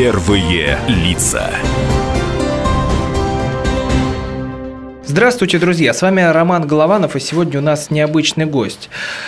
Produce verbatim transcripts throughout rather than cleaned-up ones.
Первые лица. Здравствуйте, друзья! С вами Роман Голованов, и сегодня у нас необычный гость.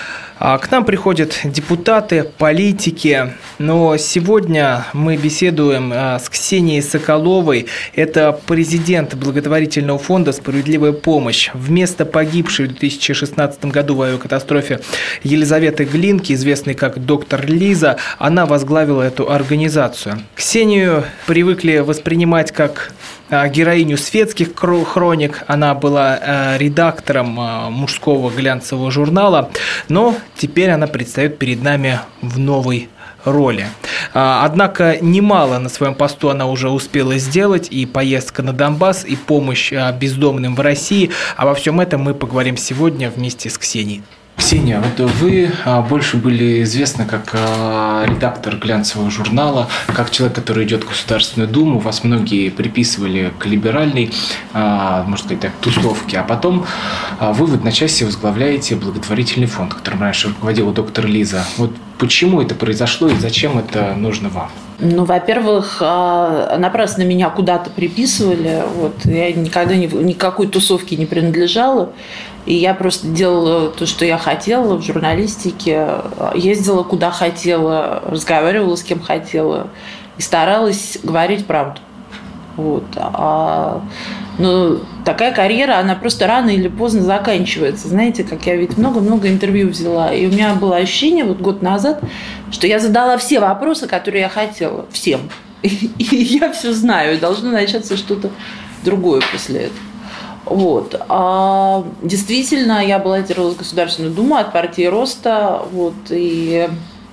К нам приходят депутаты, политики, но сегодня мы беседуем с Ксенией Соколовой. Это президент благотворительного фонда «Справедливая помощь». Вместо погибшей в две тысячи шестнадцатом году в авиакатастрофе Елизаветы Глинки, известной как доктор Лиза, она возглавила эту организацию. Ксению привыкли воспринимать как героиню светских хроник. Она была редактором мужского глянцевого журнала, но теперь она предстает перед нами в новой роли. Однако немало на своем посту она уже успела сделать: и поездка на Донбасс, и помощь бездомным в России. Обо всем этом мы поговорим сегодня вместе с Ксенией. Ксения, вот вы больше были известны как редактор глянцевого журнала, как человек, который идет в Государственную Думу. Вас многие приписывали к либеральной, можно сказать так, тусовке. А потом вы в одночасье возглавляете благотворительный фонд, которым раньше руководила доктор Лиза. Вот почему это произошло и зачем это нужно вам? Ну, во-первых, напрасно меня куда-то приписывали. Вот. Я никогда ни, никакой тусовке не принадлежала. И я просто делала то, что я хотела в журналистике. Ездила куда хотела, разговаривала с кем хотела. И старалась говорить правду. Вот. А, но такая карьера, она просто рано или поздно заканчивается. Знаете, как я ведь много-много интервью взяла. И у меня было ощущение вот год назад, что я задала все вопросы, которые я хотела. Всем. И, и я все знаю. И должно начаться что-то другое после этого. Вот. А действительно, я баллотировалась в Государственную Думу от партии Роста. Вот. И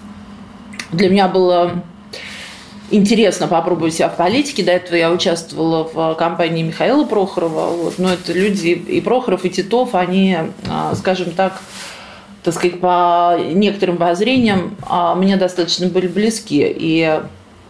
для меня было интересно попробовать себя в политике. До этого я участвовала в кампании Михаила Прохорова. Вот. Но это люди и Прохоров, и Титов, они, скажем так, так сказать, по некоторым воззрениям мне достаточно были близки. И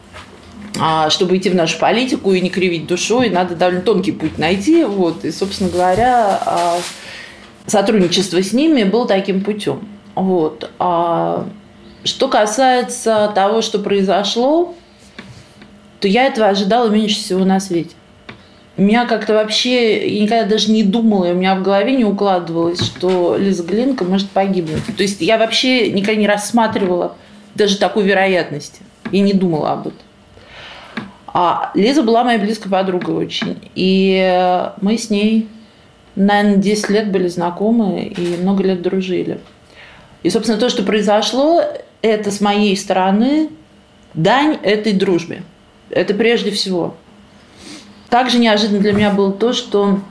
чтобы идти в нашу политику и не кривить душой, надо довольно тонкий путь найти. Вот. И, собственно говоря, сотрудничество с ними было таким путем. Вот. А что касается того, что произошло, то я этого ожидала меньше всего на свете. У меня как-то вообще, я никогда даже не думала, у меня в голове не укладывалось, что Лиза Глинка может погибнуть. То есть я вообще никогда не рассматривала даже такой вероятности и не думала об этом. А Лиза была моей близкой подругой очень. И мы с ней, наверное, десять лет были знакомы и много лет дружили. И, собственно, то, что произошло, это с моей стороны дань этой дружбе. Это прежде всего. Также неожиданно для меня было то, что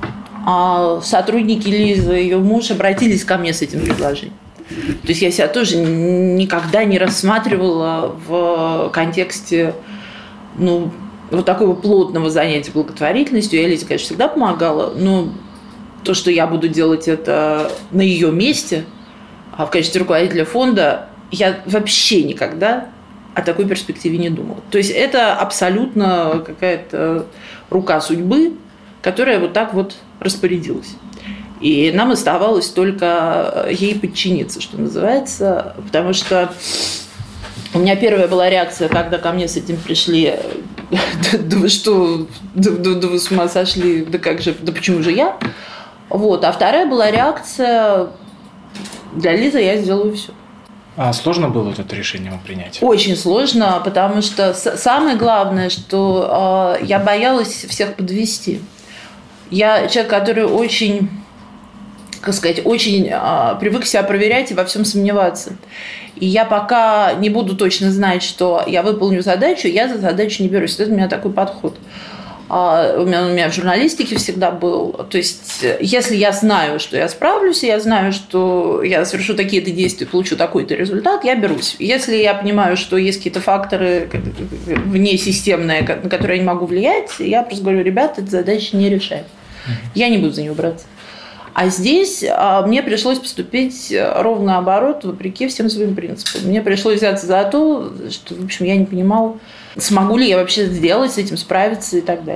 сотрудники Лизы, ее муж, обратились ко мне с этим предложением. То есть я себя тоже никогда не рассматривала в контексте ну, вот такого плотного занятия благотворительностью. Я Лизе, конечно, всегда помогала, но то, что я буду делать это на ее месте, а в качестве руководителя фонда, я вообще никогда о такой перспективе не думала. То есть это абсолютно какая-то рука судьбы, которая вот так вот распорядилась. И нам оставалось только ей подчиниться, что называется, потому что у меня первая была реакция, когда ко мне с этим пришли: да, да вы что, да, да, да вы с ума сошли, да как же, да почему же я? Вот. А вторая была реакция: для Лизы я сделаю все. А сложно было это решение вам принять? Очень сложно, потому что самое главное, что э, я боялась всех подвести. Я человек, который очень, как сказать, очень э, привык себя проверять и во всем сомневаться. И я пока не буду точно знать, что я выполню задачу, я за задачу не берусь. Это у меня такой подход. У меня, у меня в журналистике всегда был. То есть, если я знаю, что я справлюсь, и я знаю, что я совершу такие-то действия, получу такой-то результат, я берусь. Если я понимаю, что есть какие-то факторы внесистемные, на которые я не могу влиять, я просто говорю: ребята, эта задача не решаем. Я не буду за нее браться. А здесь мне пришлось поступить ровно наоборот, вопреки всем своим принципам. Мне пришлось взяться за то, что, в общем, я не понимала, смогу ли я вообще сделать с этим, справиться и так далее.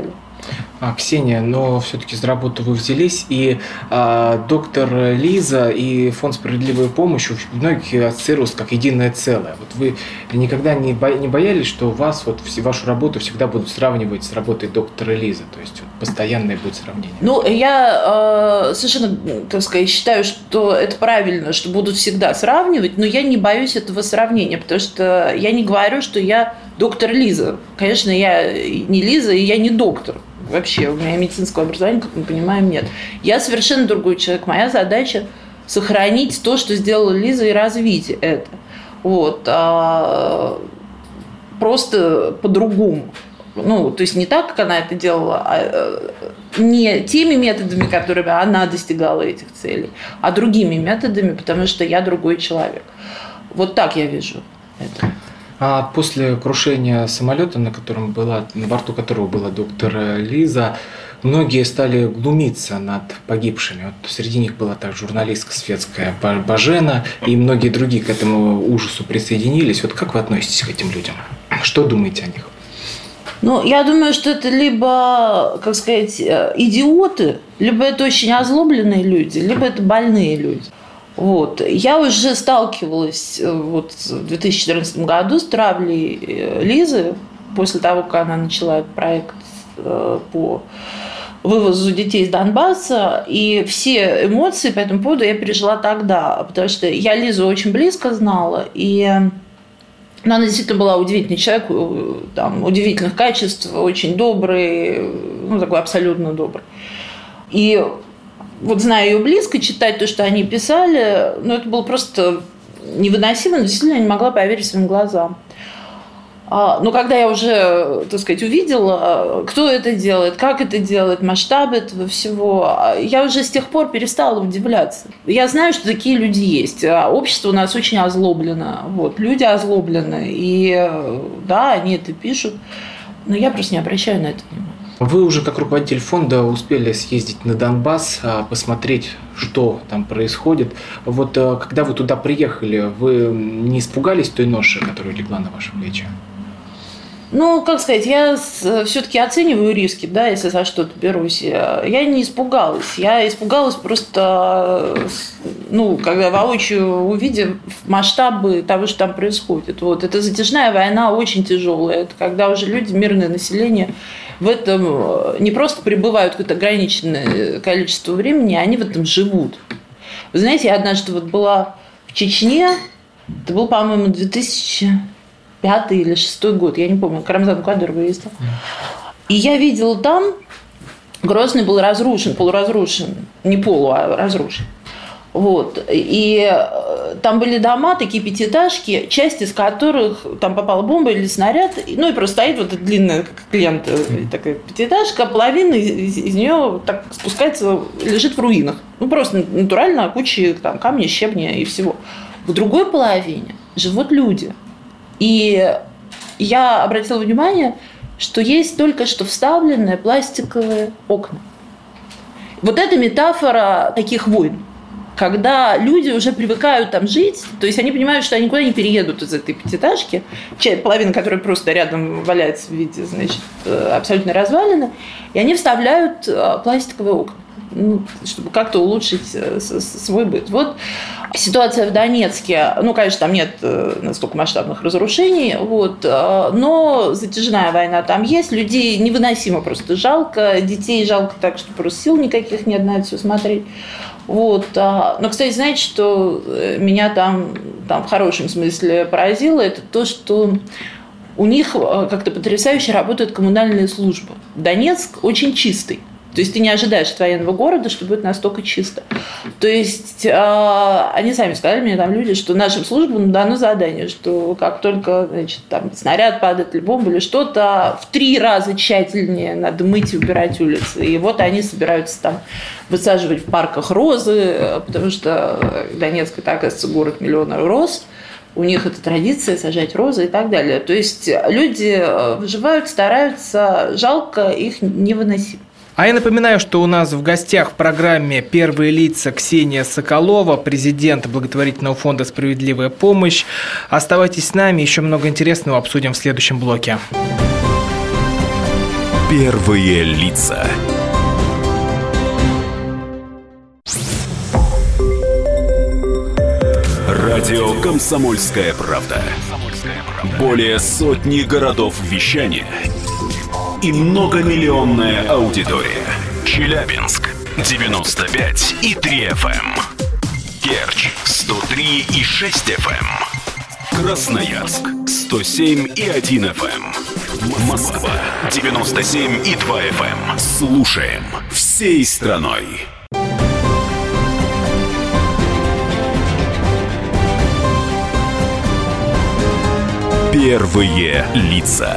А, Ксения, но все-таки за работу вы взялись, и а, доктор Лиза и фонд «Справедливая помощь» у многих ассоциировался как единое целое. Вот вы никогда не, бо- не боялись, что у вас вот всю вашу работу всегда будут сравнивать с работой доктора Лизы, то есть вот, постоянное будет сравнение? Ну, я э, совершенно, так сказать, считаю, что это правильно, что будут всегда сравнивать, но я не боюсь этого сравнения, потому что я не говорю, что я доктор Лиза. Конечно, я не Лиза, и я не доктор. Вообще, у меня медицинского образования, как мы понимаем, нет. Я совершенно другой человек. Моя задача – сохранить то, что сделала Лиза, и развить это. Вот. А просто по-другому. Ну, то есть не так, как она это делала, а не теми методами, которыми она достигала этих целей, а другими методами, потому что я другой человек. Вот так я вижу это. А после крушения самолета, на котором была, на борту которого была доктор Лиза, многие стали глумиться над погибшими. Вот среди них была также журналистка светская Бажена, и многие другие к этому ужасу присоединились. Вот как вы относитесь к этим людям? Что думаете о них? Ну, я думаю, что это либо, как сказать, идиоты, либо это очень озлобленные люди, либо это больные люди. Вот. Я уже сталкивалась вот в две тысячи четырнадцатом году с травлей Лизы, после того, как она начала этот проект по вывозу детей из Донбасса, и все эмоции по этому поводу я пережила тогда, потому что я Лизу очень близко знала, и она действительно была удивительный человек, там, удивительных качеств, очень добрый, ну, такой абсолютно добрый. И вот зная ее близко, читать то, что они писали, ну, это было просто невыносимо, но действительно я не могла поверить своим глазам. Но когда я уже, так сказать, увидела, кто это делает, как это делает, масштаб этого всего, я уже с тех пор перестала удивляться. Я знаю, что такие люди есть. Общество у нас очень озлоблено. Вот, люди озлоблены. И да, они это пишут, но я просто не обращаю на это внимания. Вы уже как руководитель фонда успели съездить на Донбасс, посмотреть, что там происходит. Вот когда вы туда приехали, вы не испугались той ноши, которая легла на ваши плечи? Ну, как сказать, я все-таки оцениваю риски, да, если за что-то берусь. Я не испугалась. Я испугалась просто, ну, когда воочию увидев масштабы того, что там происходит. Вот. Это затяжная война, очень тяжелая. Это когда уже люди, мирное население, в этом не просто пребывают какое-то ограниченное количество времени, они в этом живут. Вы знаете, я однажды вот была в Чечне, это был, по-моему, две тысячи пятый или шестой год, я не помню, Рамзан Кадыров ездил. И я видела там, Грозный был разрушен, полуразрушен, не полу, а разрушен. Вот. И там были дома, такие пятиэтажки, часть из которых там попала бомба или снаряд, ну и просто стоит вот эта длинная, как лента, такая пятиэтажка, половина из, из нее так спускается, лежит в руинах. Ну просто натурально куча там камня, щебня и всего. В другой половине живут люди. И я обратила внимание, что есть только что вставленные пластиковые окна. Вот это метафора таких войн, когда люди уже привыкают там жить, то есть они понимают, что они никуда не переедут из этой пятиэтажки, половина которой просто рядом валяется в виде, значит, абсолютно развалины, и они вставляют пластиковые окна, ну, чтобы как-то улучшить свой быт. Вот ситуация в Донецке, ну, конечно, там нет настолько масштабных разрушений, вот, но затяжная война там есть, людей невыносимо просто жалко, детей жалко так, что просто сил никаких нет на это все смотреть. Вот. Но, кстати, знаете, что меня там, там в хорошем смысле поразило, это то, что у них как-то потрясающе работают коммунальные службы. Донецк очень чистый. То есть ты не ожидаешь от военного города, что будет настолько чисто. То есть э, они сами сказали мне, там люди, что нашим службам дано задание, что как только, значит, там снаряд падает или бомба или что-то, в три раза тщательнее надо мыть и убирать улицы. И вот они собираются там высаживать в парках розы, потому что Донецк, это, оказывается, город миллиона роз. У них это традиция сажать розы и так далее. То есть люди выживают, стараются, жалко их невыносимо. А я напоминаю, что у нас в гостях в программе «Первые лица» Ксения Соколова, президент благотворительного фонда «Справедливая помощь». Оставайтесь с нами, еще много интересного обсудим в следующем блоке. Первые лица. Радио «Комсомольская правда». Более сотни городов вещания и многомиллионная аудитория. Челябинск девяносто пять и три эф эм. Керчь сто три и шесть эф эм. Красноярск сто семь и один эф эм. Москва девяносто семь и два эф эм. Слушаем всей страной. Первые лица.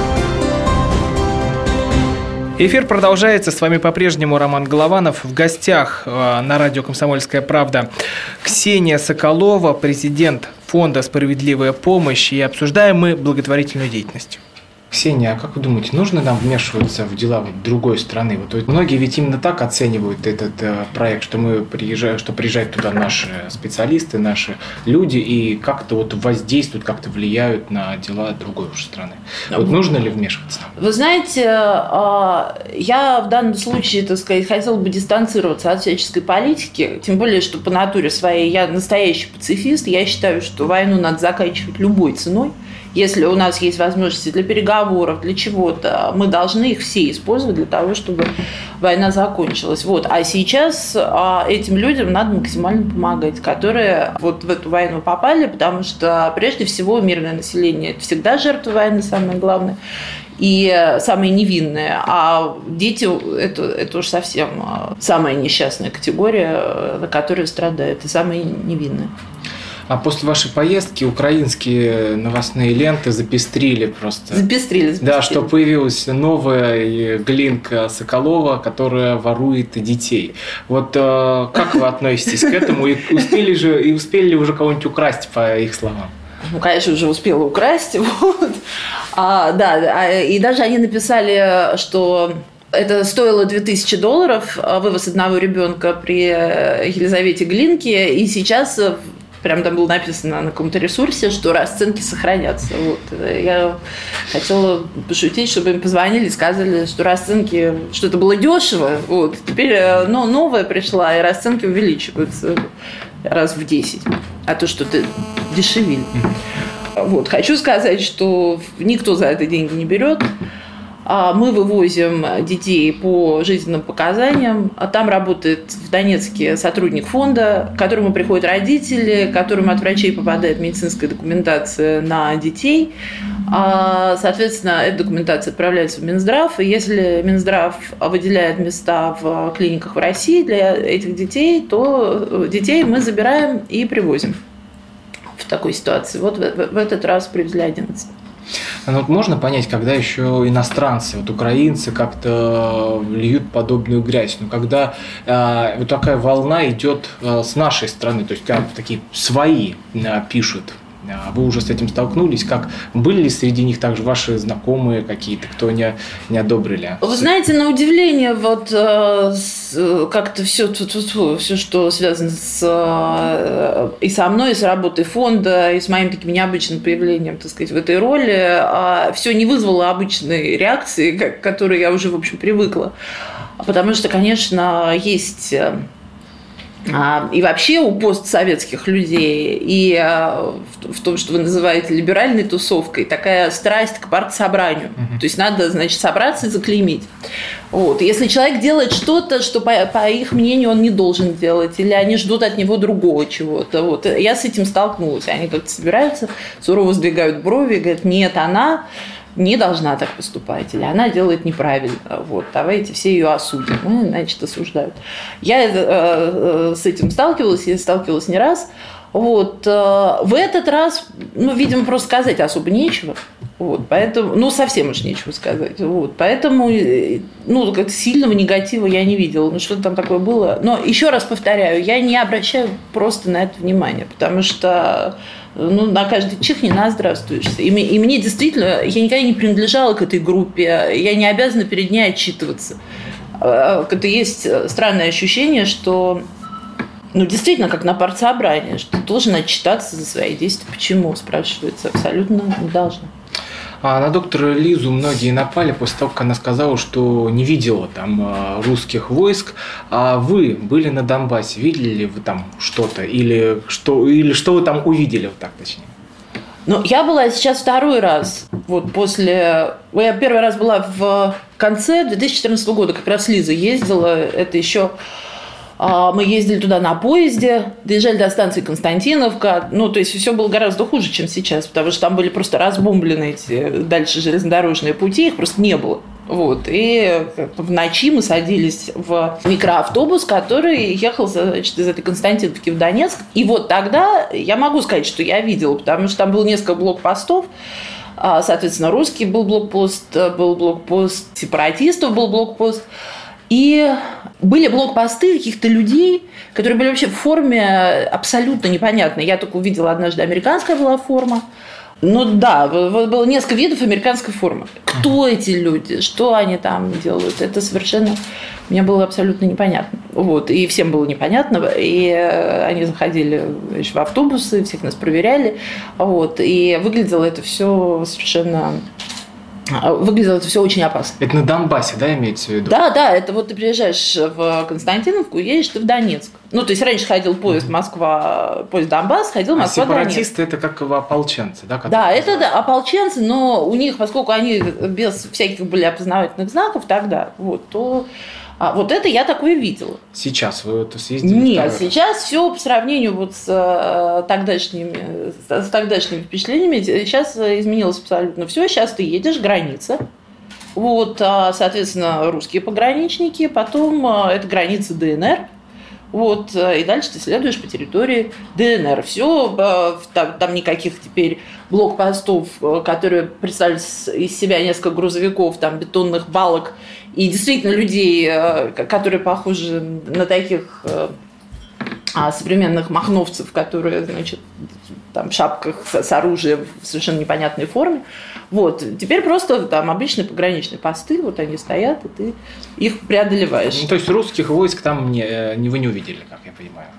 Эфир продолжается. С вами по-прежнему Роман Голованов. В гостях э, на радио «Комсомольская правда» Ксения Соколова, президент фонда «Справедливая помощь». И обсуждаем мы благотворительную деятельность. Ксения, а как вы думаете, нужно нам вмешиваться в дела вот другой страны? Вот, вот многие ведь именно так оценивают этот э, проект, что мы приезжаем, что приезжают туда наши специалисты, наши люди и как-то вот воздействуют, как-то влияют на дела другой уже страны. Вот нужно ли вмешиваться? Вы знаете, я в данном случае, так сказать, хотела бы дистанцироваться от всяческой политики, тем более, что по натуре своей я настоящий пацифист. Я считаю, что войну надо заканчивать любой ценой. Если у нас есть возможности для переговоров, для чего-то, мы должны их все использовать для того, чтобы война закончилась. Вот. А сейчас а, этим людям надо максимально помогать, которые вот в эту войну попали, потому что прежде всего мирное население – это всегда жертва войны, самое главное, и самые невинные. А дети – это, это уж совсем самая несчастная категория, которая страдает, и самые невинные. А после вашей поездки украинские новостные ленты запестрили просто. Запестрили, запестрили. Да, что появилась новая Глинка Соколова, которая ворует детей. Вот э, как вы относитесь к этому? И успели, же, и успели ли уже кого-нибудь украсть, по их словам? Ну, конечно, уже успела украсть. Вот. А, да, и даже они написали, что это стоило две тысячи долларов, вывоз одного ребенка при Елизавете Глинке, и сейчас... Прям там было написано на каком-то ресурсе, что расценки сохранятся. Вот. Я хотела пошутить, чтобы им позвонили и сказали, что расценки, что это было дешево. Вот. Теперь ну, новая пришла, и расценки увеличиваются раз в десять. А то что-то дешевили. Вот. Хочу сказать, что никто за это деньги не берет. Мы вывозим детей по жизненным показаниям. Там работает в Донецке сотрудник фонда, к которому приходят родители, к которому от врачей попадает медицинская документация на детей. Соответственно, эта документация отправляется в Минздрав. И если Минздрав выделяет места в клиниках в России для этих детей, то детей мы забираем и привозим в такой ситуации. Вот в этот раз привезли одиннадцать. Ну, вот можно понять, когда еще иностранцы, вот украинцы как-то льют подобную грязь, но когда э, вот такая волна идет э, с нашей стороны, то есть как такие свои э, пишут, э, вы уже с этим столкнулись, как были ли среди них также ваши знакомые какие-то, кто не, не одобрили? Вы знаете, на удивление, вот э, с, как-то все, все, что связано с, э, и со мной, и с работой фонда, и с моим таким необычным появлением, так сказать, в этой роли, э, все не вызвало обычной реакции, к которой я уже, в общем, привыкла. Потому что, конечно, есть... Э, И вообще у постсоветских людей и в том, что вы называете либеральной тусовкой, такая страсть к партсобранию. Uh-huh. То есть надо, значит, собраться и заклеймить. Вот. Если человек делает что-то, что, по, по их мнению, он не должен делать, или они ждут от него другого чего-то. Вот. Я с этим столкнулась. Они как-то собираются, сурово сдвигают брови и говорят, нет, она... не должна так поступать, или она делает неправильно. Вот, давайте все ее осудим. Ну, значит, осуждают. Я э, э, с этим сталкивалась, я сталкивалась не раз. Вот, э, в этот раз, ну, видимо, просто сказать особо нечего. Вот, поэтому, ну, совсем уж нечего сказать. Вот, поэтому, ну, как сильного негатива я не видела. Ну, что там такое было. Но еще раз повторяю, я не обращаю просто на это внимание, потому что ну, на каждый чих не на здравствуешься. И, и мне действительно, я никогда не принадлежала к этой группе, я не обязана перед ней отчитываться. Это есть странное ощущение, что, ну, действительно, как на партсобрании, что ты должен отчитаться за свои действия. Почему, спрашивается, абсолютно не должна. А на доктора Лизу многие напали после того, как она сказала, что не видела там русских войск. А вы были на Донбассе, видели ли вы там что-то? Или что, или что вы там увидели, вот так точнее? Ну, я была сейчас второй раз. Вот после... Я первый раз была в конце две тысячи четырнадцатого года, как раз Лиза ездила. Это еще... Мы ездили туда на поезде, доезжали до станции Константиновка. Ну, то есть все было гораздо хуже, чем сейчас, потому что там были просто разбомблены эти дальше железнодорожные пути, их просто не было. Вот. И в ночи мы садились в микроавтобус, который ехал, значит, из этой Константиновки в Донецк. И вот тогда я могу сказать, что я видела, потому что там было несколько блокпостов. Соответственно, русский был блокпост, был блокпост сепаратистов, был блокпост. И были блокпосты каких-то людей, которые были вообще в форме абсолютно непонятной. Я только увидела однажды, американская была форма. Ну да, было несколько видов американской формы. Кто эти люди, что они там делают, это совершенно мне было абсолютно непонятно. Вот. И всем было непонятно. И они заходили, значит, в автобусы, всех нас проверяли. Вот. И выглядело это все совершенно... Выглядело это все очень опасно. Это на Донбассе, да, имеется в виду? Да, да, это вот ты приезжаешь в Константиновку, едешь ты в Донецк. Ну, то есть раньше ходил поезд Москва, поезд Донбасс, ходил Москва-Донецк. А сепаратисты это как ополченцы, да? Да, это да, ополченцы, но у них, поскольку они без всяких были опознавательных знаков тогда, вот, то... А вот это я такое видела. Сейчас вы это съездили? Нет, сейчас все по сравнению вот с, э, тогдашними, с, с тогдашними впечатлениями, сейчас изменилось абсолютно все. Сейчас ты едешь, граница. Вот, а, соответственно, русские пограничники, потом а, это граница ДНР. Вот, и дальше ты следуешь по территории ДНР. Все, там, там никаких теперь блокпостов, которые представляют из себя несколько грузовиков, там, бетонных балок, и действительно людей, которые похожи на таких современных махновцев, которые, значит, там, в шапках с оружием в совершенно непонятной форме. Вот. Теперь просто там обычные пограничные посты, вот они стоят, и ты их преодолеваешь. Ну, то есть русских войск там не, не, вы не увидели, как я понимаю?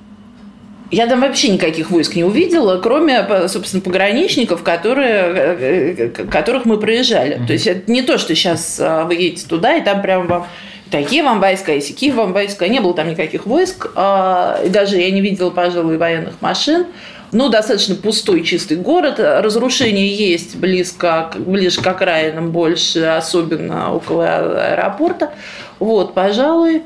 Я там вообще никаких войск не увидела, кроме, собственно, пограничников, которые, которых мы проезжали. Mm-hmm. То есть это не то, что сейчас вы едете туда, и там прям вам такие вам войска, и сякие вам войска. Не было там никаких войск, и даже я не видела, пожалуй, военных машин. Ну, достаточно пустой, чистый город. Разрушения есть близко, ближе к окраинам больше, особенно около аэропорта. Вот, пожалуй,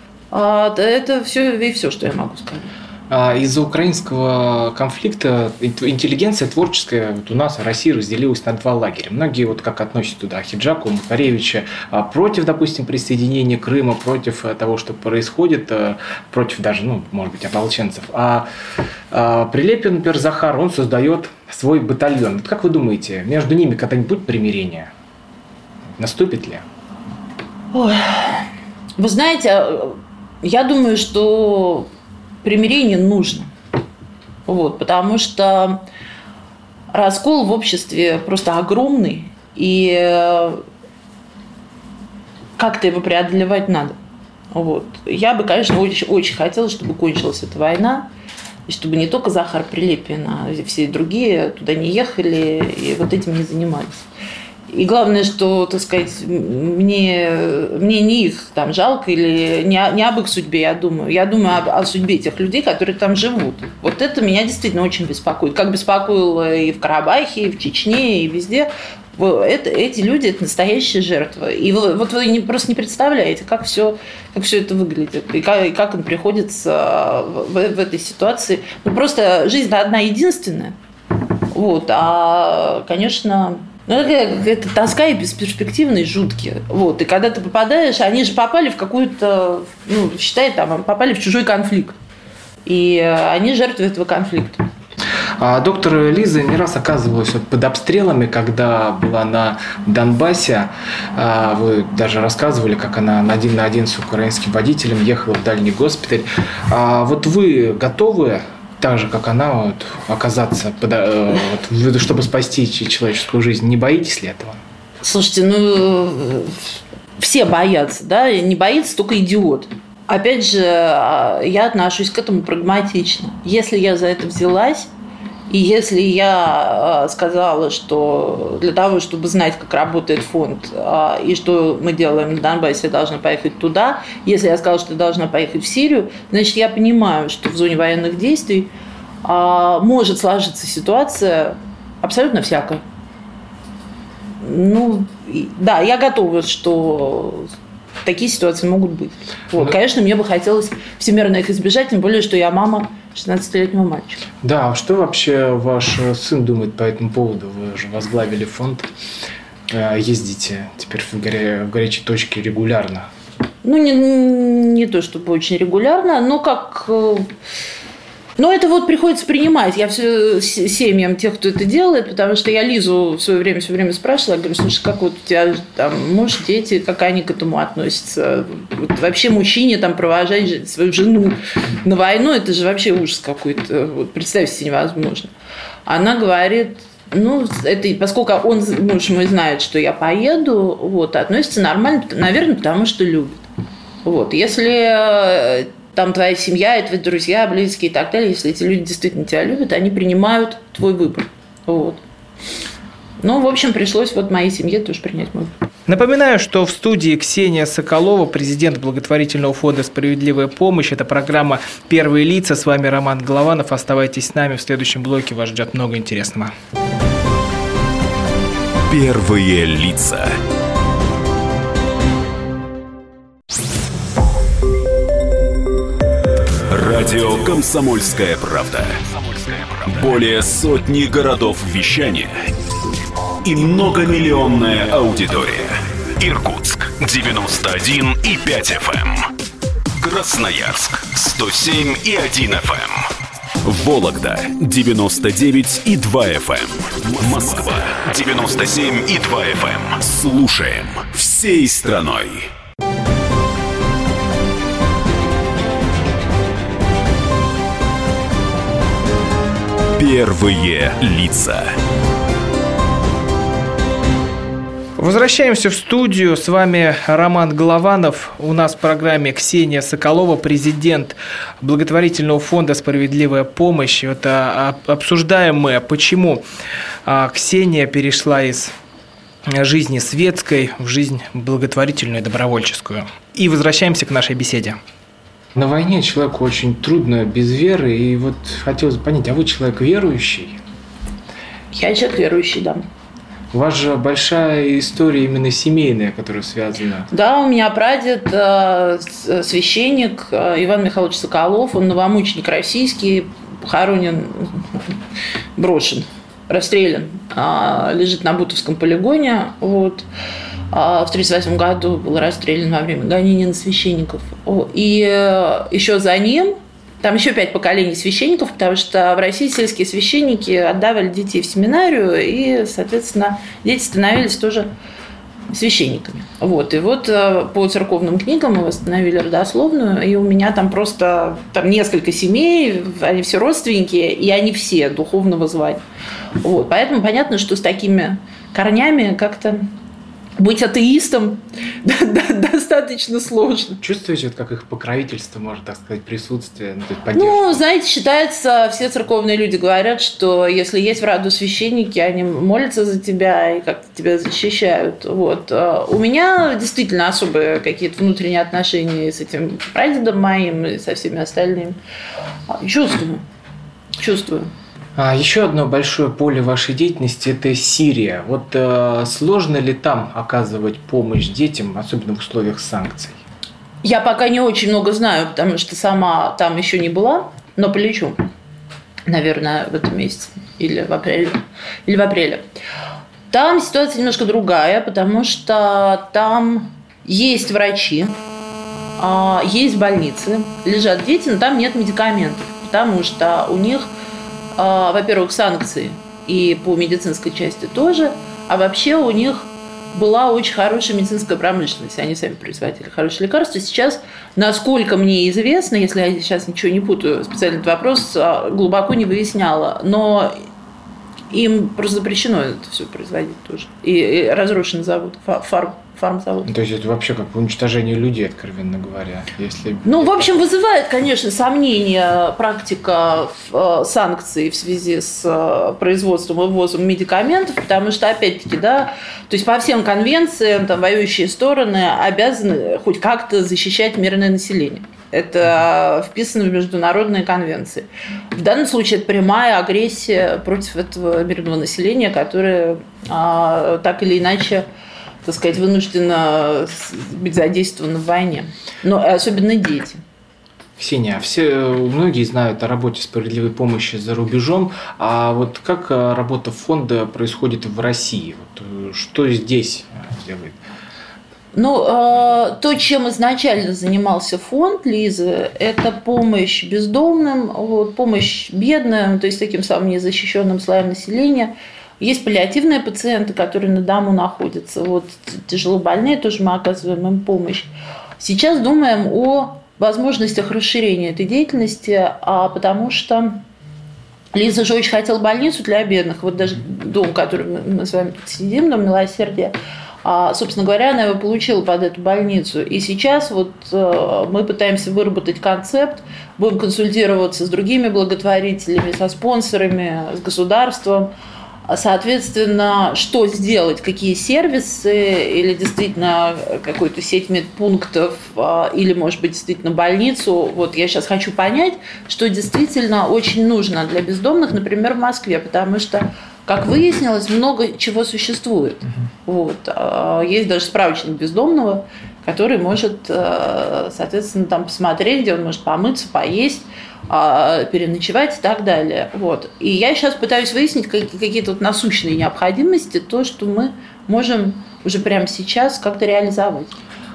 это все и все, что я могу сказать. Из-за украинского конфликта интеллигенция творческая вот у нас в России разделилась на два лагеря. Многие вот как относятся туда Хиджаку, Макаревича против, допустим, присоединения Крыма, против того, что происходит, против даже, ну, может быть, ополченцев. А, а Прилепин, например, Захар, он создает свой батальон. Вот как вы думаете, между ними когда-нибудь будет примирение? Наступит ли? Ой. Вы знаете, я думаю, что примирение нужно. Вот, потому что раскол в обществе просто огромный, и как-то его преодолевать надо. Вот. Я бы, конечно, очень, очень хотела, чтобы кончилась эта война, и чтобы не только Захар Прилепин, а все другие туда не ехали и вот этим не занимались. И главное, что, так сказать, мне, мне не их там жалко или не, не об их судьбе я думаю. Я думаю об, о судьбе тех людей, которые там живут. Вот это меня действительно очень беспокоит. Как беспокоило и в Карабахе, и в Чечне, и везде. Это, эти люди – это настоящие жертвы. И вы, вот вы не, просто не представляете, как все, как все это выглядит. И как, и как он приходится в, в этой ситуации. Ну, просто жизнь одна единственная. Вот. А, конечно... Ну, это, это тоска и бесперспективные, жуткие. Вот. И когда ты попадаешь, они же попали в какую-то, ну, считай, там, попали в чужой конфликт. И они жертвы этого конфликта. А доктор Лиза не раз оказывалась вот под обстрелами, когда была на Донбассе. Вы даже рассказывали, как она один на один с украинским водителем ехала в дальний госпиталь. А вот вы готовы так же, как она, вот, оказаться, вот, чтобы спасти человеческую жизнь? Не боитесь ли этого? Слушайте, ну, все боятся, да, не боится только идиот. Опять же, я отношусь к этому прагматично. Если я за это взялась, И если я сказала, что для того, чтобы знать, как работает фонд и что мы делаем на Донбассе, я должна поехать туда, если я сказала, что я должна поехать в Сирию, значит, я понимаю, что в зоне военных действий может сложиться ситуация абсолютно всякая. Ну, да, я готова, что такие ситуации могут быть. Вот. Конечно, мне бы хотелось всемирно их избежать, тем более, что я мама шестнадцатилетнего мальчика. Да, а что вообще ваш сын думает по этому поводу? Вы же возглавили фонд, ездите теперь в, горя... в горячие точки регулярно. Ну, не, не то чтобы очень регулярно, но как... Но это вот приходится принимать. Я все семьям тех, кто это делает, потому что я Лизу в свое время все время спрашивала, я говорю, слушай, как вот у тебя там муж, дети, как они к этому относятся? Вот вообще мужчине там провожать свою жену на войну, это же вообще ужас какой-то. Вот представить себе невозможно. Она говорит, ну, это, поскольку он, муж мой, знает, что я поеду, вот, относится нормально, наверное, потому что любит. Вот, если... там твоя семья, твои друзья, близкие и так далее, если эти люди действительно тебя любят, они принимают твой выбор. Вот. Ну, в общем, пришлось вот моей семье тоже принять мой выбор. Напоминаю, что в студии Ксения Соколова, президент благотворительного фонда «Справедливая помощь». Это программа «Первые лица». С вами Роман Голованов. Оставайтесь с нами. В следующем блоке вас ждет много интересного. Первые лица. Радио «Комсомольская правда». Более сотни городов вещания и многомиллионная аудитория. Иркутск девяносто один и пять эф эм, Красноярск сто семь и один эф эм, Вологда девяносто девять и два эф эм, Москва девяносто семь и два эф эм. Слушаем всей страной. Первые лица. Возвращаемся в студию. С вами Роман Голованов. У нас в программе Ксения Соколова, президент благотворительного фонда «Справедливая помощь». Вот обсуждаем мы, почему Ксения перешла из жизни светской в жизнь благотворительную и добровольческую. И возвращаемся к нашей беседе. На войне человеку очень трудно без веры, и вот хотелось бы понять, а вы человек верующий? Я человек верующий, да. У вас же большая история именно семейная, которая связана. Да, у меня прадед э, священник э, Иван Михайлович Соколов, он новомученик российский, похоронен, брошен, расстрелян, э, лежит на Бутовском полигоне, вот. В тридцать восьмом году был расстрелян во время гонения на священников. И еще за ним, там еще пять поколений священников, потому что в России сельские священники отдавали детей в семинарию, и, соответственно, дети становились тоже священниками. Вот. И вот по церковным книгам мы восстановили родословную, и у меня там просто там несколько семей, они все родственники, и они все духовного звания. Вот. Поэтому понятно, что с такими корнями как-то быть атеистом достаточно сложно. Чувствуете, как их покровительство, можно так сказать, присутствие, ну, то есть поддержка? Ну, знаете, считается, все церковные люди говорят, что если есть в роду священники, они молятся за тебя и как-то тебя защищают. Вот. У меня действительно особые какие-то внутренние отношения с этим прадедом моим и со всеми остальными. Чувствую. Чувствую. А еще одно большое поле вашей деятельности – это Сирия. Вот э, сложно ли там оказывать помощь детям, особенно в условиях санкций? Я пока не очень много знаю, потому что сама там еще не была, но полечу, наверное, в этом месяце или в апреле. Или в апреле. Там ситуация немножко другая, потому что там есть врачи, есть больницы, лежат дети, но там нет медикаментов, потому что у них, во-первых, санкции и по медицинской части тоже, а вообще у них была очень хорошая медицинская промышленность, они сами производили хорошие лекарства. Сейчас, насколько мне известно, если я сейчас ничего не путаю, специально этот вопрос глубоко не выясняла, но им просто запрещено это все производить тоже. И, и разрушен завод, фарм, фармзавод. То есть это вообще как уничтожение людей, откровенно говоря. Если... Ну, в общем, вызывает, конечно, сомнения практика санкций в связи с производством и ввозом медикаментов, потому что, опять-таки, да, то есть по всем конвенциям там, воюющие стороны обязаны хоть как-то защищать мирное население. Это вписано в международные конвенции. В данном случае это прямая агрессия против этого мирного населения, которое а, так или иначе, так сказать, вынуждено быть задействовано в войне. Но особенно дети. Ксения, все, многие знают о работе справедливой помощи за рубежом, а вот как работа фонда происходит в России? Вот, что здесь делает? Ну, то, чем изначально занимался фонд Лизы, это помощь бездомным, вот, помощь бедным, то есть таким самым незащищенным слоям населения. Есть паллиативные пациенты, которые на дому находятся, вот, тяжело больные, тоже мы оказываем им помощь. Сейчас думаем о возможностях расширения этой деятельности, а потому что Лиза же очень хотела больницу для бедных, вот даже дом, в котором мы с вами сидим, дом милосердия. А, собственно говоря, она его получила под эту больницу. И сейчас вот э, мы пытаемся выработать концепт, будем консультироваться с другими благотворителями, со спонсорами, с государством. Соответственно, что сделать, какие сервисы, или действительно какую-то сеть медпунктов, э, или, может быть, действительно больницу. Вот я сейчас хочу понять, что действительно очень нужно для бездомных, например, в Москве, потому что, как выяснилось, много чего существует. Вот. Есть даже справочник бездомного, который может, соответственно, там посмотреть, где он может помыться, поесть, переночевать и так далее. Вот. И я сейчас пытаюсь выяснить какие-то вот насущные необходимости, то, что мы можем уже прямо сейчас как-то реализовать.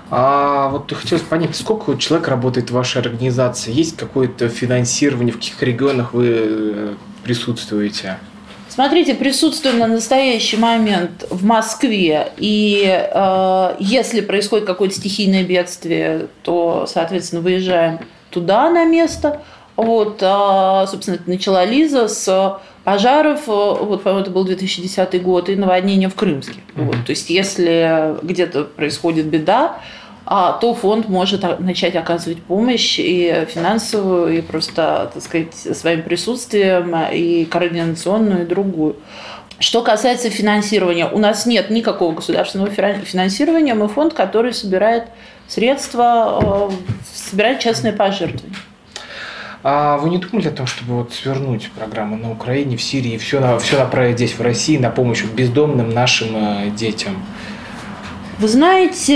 А вот хотелось понять, сколько человек работает в вашей организации? Есть какое-то финансирование? В каких регионах вы присутствуете? Смотрите, присутствуем на настоящий момент в Москве, и э, если происходит какое-то стихийное бедствие, то, соответственно, выезжаем туда на место. Вот, э, собственно, это начала Лиза с пожаров, вот, по-моему, это был две тысячи десятый год, и наводнения в Крымске. Mm-hmm. Вот, то есть, если где-то происходит беда, а то фонд может начать оказывать помощь и финансовую, и просто, так сказать, своим присутствием, и координационную, и другую. Что касается финансирования, у нас нет никакого государственного финансирования, мы фонд, который собирает средства, собирает частные пожертвования. А вы не думали о том, чтобы вот свернуть программу на Украине, в Сирии, все, на, все направить здесь, в России, на помощь бездомным нашим детям? Вы знаете,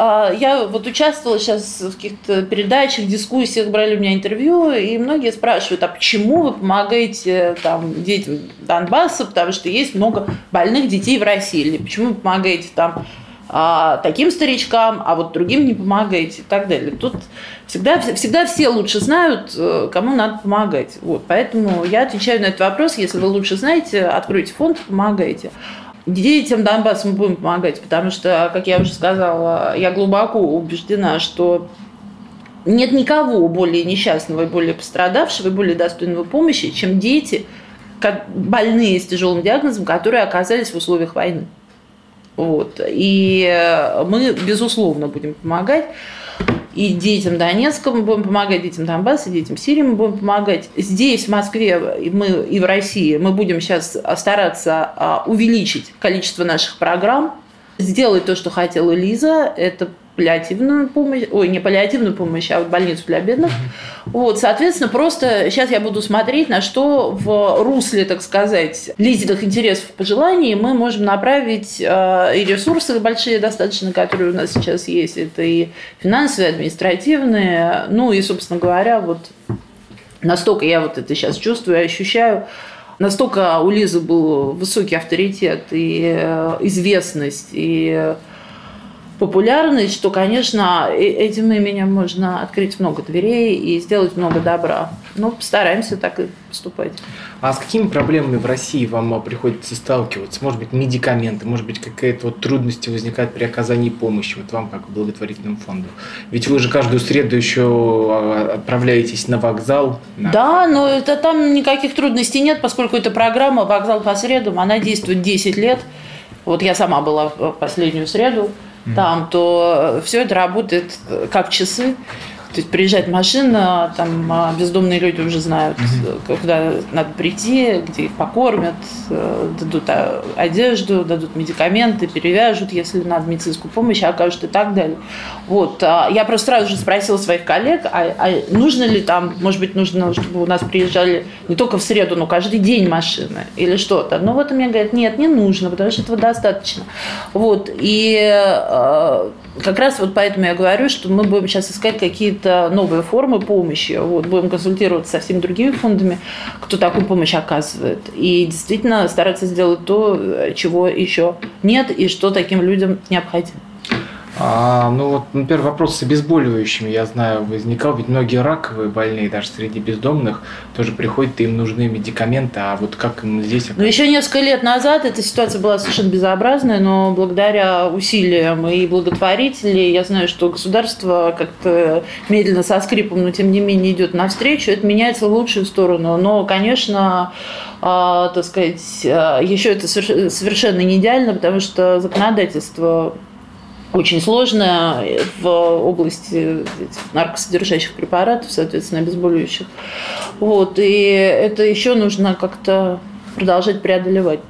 я вот участвовала сейчас в каких-то передачах, дискуссиях, брали у меня интервью, и многие спрашивают, а почему вы помогаете там, детям Донбасса, потому что есть много больных детей в России, или почему вы помогаете там таким старичкам, а вот другим не помогаете и так далее. Тут всегда, всегда все лучше знают, кому надо помогать. Вот, поэтому я отвечаю на этот вопрос, если вы лучше знаете, откройте фонд, помогайте. Детям Донбасса мы будем помогать, потому что, как я уже сказала, я глубоко убеждена, что нет никого более несчастного и более пострадавшего и более достойного помощи, чем дети, больные с тяжелым диагнозом, которые оказались в условиях войны. Вот. И мы, безусловно, будем помогать. И детям Донецка мы будем помогать, детям Донбасса, детям Сирии мы будем помогать. Здесь, в Москве мы, и в России мы будем сейчас стараться увеличить количество наших программ, сделать то, что хотела Лиза, это паллиативную помощь, ой, не паллиативную помощь, а вот больницу для бедных. Вот, соответственно, просто сейчас я буду смотреть, на что в русле, так сказать, Лизиных интересов и пожеланий мы можем направить э, и ресурсы большие достаточно, которые у нас сейчас есть, это и финансовые, административные, ну и, собственно говоря, вот настолько я вот это сейчас чувствую и ощущаю, настолько у Лизы был высокий авторитет и известность, и популярность, что, конечно, этим именем можно открыть много дверей и сделать много добра. Но постараемся так и поступать. А с какими проблемами в России вам приходится сталкиваться? Может быть, медикаменты, может быть, какие-то вот трудности возникают при оказании помощи вот вам, как благотворительному фонду? Ведь вы же каждую среду еще отправляетесь на вокзал. На... Да, но это, там никаких трудностей нет, поскольку эта программа «Вокзал по средам», она действует десять лет. Вот я сама была в последнюю среду. mm-hmm. там, то все это работает как часы. То есть приезжает машина, там бездомные люди уже знают, mm-hmm. куда надо прийти, где их покормят, дадут одежду, дадут медикаменты, перевяжут, если надо медицинскую помощь, окажут и так далее. Вот. Я просто сразу же спросила своих коллег, а, а нужно ли там, может быть, нужно, чтобы у нас приезжали не только в среду, но каждый день машины или что-то. Но вот мне говорят, нет, не нужно, потому что этого достаточно. Вот. И как раз вот поэтому я говорю, что мы будем сейчас искать какие-то новые формы помощи. Вот, будем консультироваться со всеми другими фондами, кто такую помощь оказывает. И действительно стараться сделать то, чего еще нет, и что таким людям необходимо. А, ну вот, например, вопрос с обезболивающими, я знаю, возникал, ведь многие раковые больные, даже среди бездомных, тоже приходят, и им нужны медикаменты, а вот как им здесь... Ну, еще несколько лет назад эта ситуация была совершенно безобразная, но благодаря усилиям и благотворителей, я знаю, что государство как-то медленно, со скрипом, но тем не менее идет навстречу, это меняется в лучшую сторону, но, конечно... А, так сказать, еще это совершенно не идеально, потому что законодательство очень сложное в области наркосодержащих препаратов, соответственно, обезболивающих. Вот, и это еще нужно как-то продолжать преодолевать.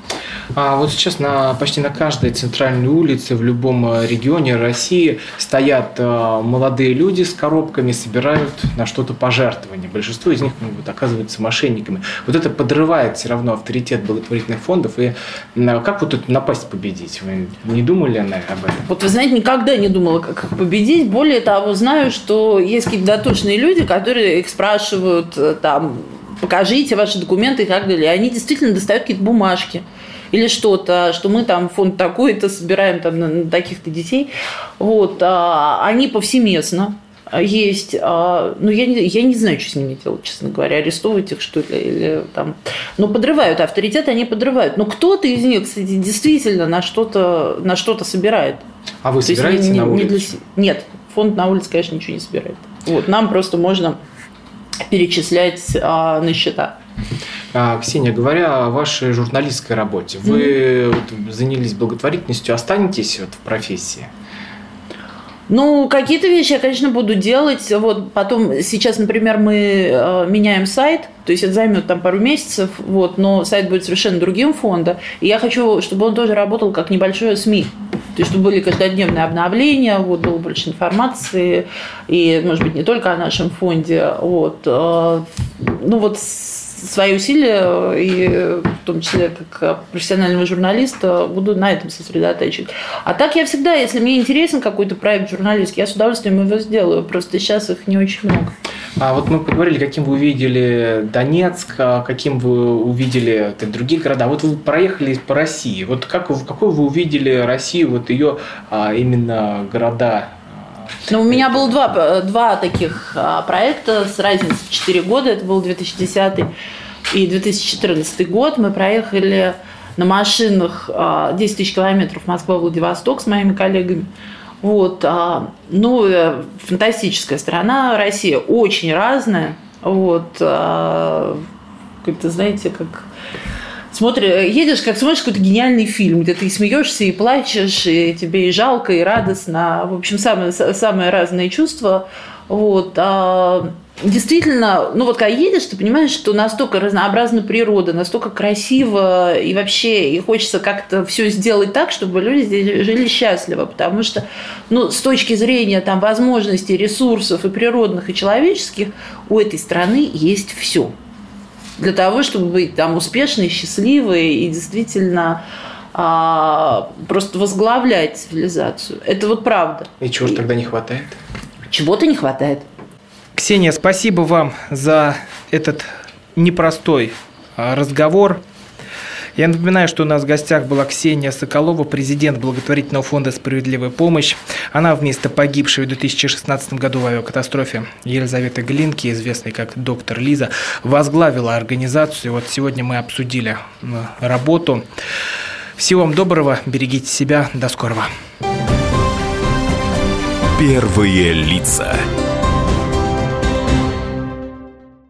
А вот сейчас на, почти на каждой центральной улице в любом регионе России стоят молодые люди с коробками, собирают на что-то пожертвования. Большинство из них могут оказываться мошенниками. Вот это подрывает все равно авторитет благотворительных фондов. И как вот эту напасть победить? Вы не думали об этом? Вот вы знаете, никогда не думала, как победить. Более того, знаю, что есть какие-то дотошные люди, которые их спрашивают, там, покажите ваши документы и так далее. И они действительно достают какие-то бумажки. Или что-то, что мы там фонд такой-то собираем там на, на таких-то детей. Вот, а, они повсеместно есть. А, ну, я не, я не знаю, что с ними делать, честно говоря. Арестовывать их, что ли, или там. Но подрывают авторитет, они подрывают. Но кто-то из них, кстати, действительно на что-то, на что-то собирает. А вы собираете не, на не, улице? Не для... Нет, фонд на улице, конечно, ничего не собирает. Вот, нам просто можно перечислять а, на счета. Ксения, говоря о вашей журналистской работе, вы mm-hmm. вот занялись благотворительностью, останетесь вот в профессии? Ну, какие-то вещи я, конечно, буду делать. Вот потом, сейчас, например, мы э, меняем сайт, то есть это займет там пару месяцев, вот, но сайт будет совершенно другим фонда. И я хочу, чтобы он тоже работал как небольшое СМИ. То есть, чтобы были каждодневные обновления, вот, было больше информации, и, может быть, не только о нашем фонде. Вот, э, ну, вот свои усилия, и в том числе как профессионального журналиста, буду на этом сосредотачивать. А так я всегда, если мне интересен какой-то проект журналистский, я с удовольствием его сделаю. Просто сейчас их не очень много. А вот мы поговорили, каким вы увидели Донецк, каким вы увидели другие города. Вот вы проехали по России. Вот как, какой вы увидели Россию, вот ее именно города? Ну, у меня было два, два таких проекта с разницей в четыре года. Это был две тысячи десятый и две тысячи четырнадцатый год. Мы проехали на машинах десять тысяч километров Москва-Владивосток с моими коллегами. Вот. Ну, фантастическая страна, Россия очень разная. Вот. Как-то, знаете, как... Смотри, едешь, как смотришь какой-то гениальный фильм, где ты и смеешься, и плачешь, и тебе и жалко, и радостно. В общем, самые, самые разные чувства. Вот. А действительно, ну вот когда едешь, ты понимаешь, что настолько разнообразна природа, настолько красиво, и вообще и хочется как-то все сделать так, чтобы люди здесь жили счастливо, потому что, ну, с точки зрения там возможностей, ресурсов и природных, и человеческих, у этой страны есть все. Для того, чтобы быть там успешной, счастливой и действительно а, просто возглавлять цивилизацию. Это вот правда. И чего же тогда не хватает? Чего-то не хватает. Ксения, спасибо вам за этот непростой разговор. Я напоминаю, что у нас в гостях была Ксения Соколова, президент благотворительного фонда «Справедливая помощь». Она вместо погибшей в две тысячи шестнадцатом году в авиакатастрофе Елизаветы Глинки, известной как доктор Лиза, возглавила организацию. Вот сегодня мы обсудили работу. Всего вам доброго, берегите себя, до скорого. Первые лица.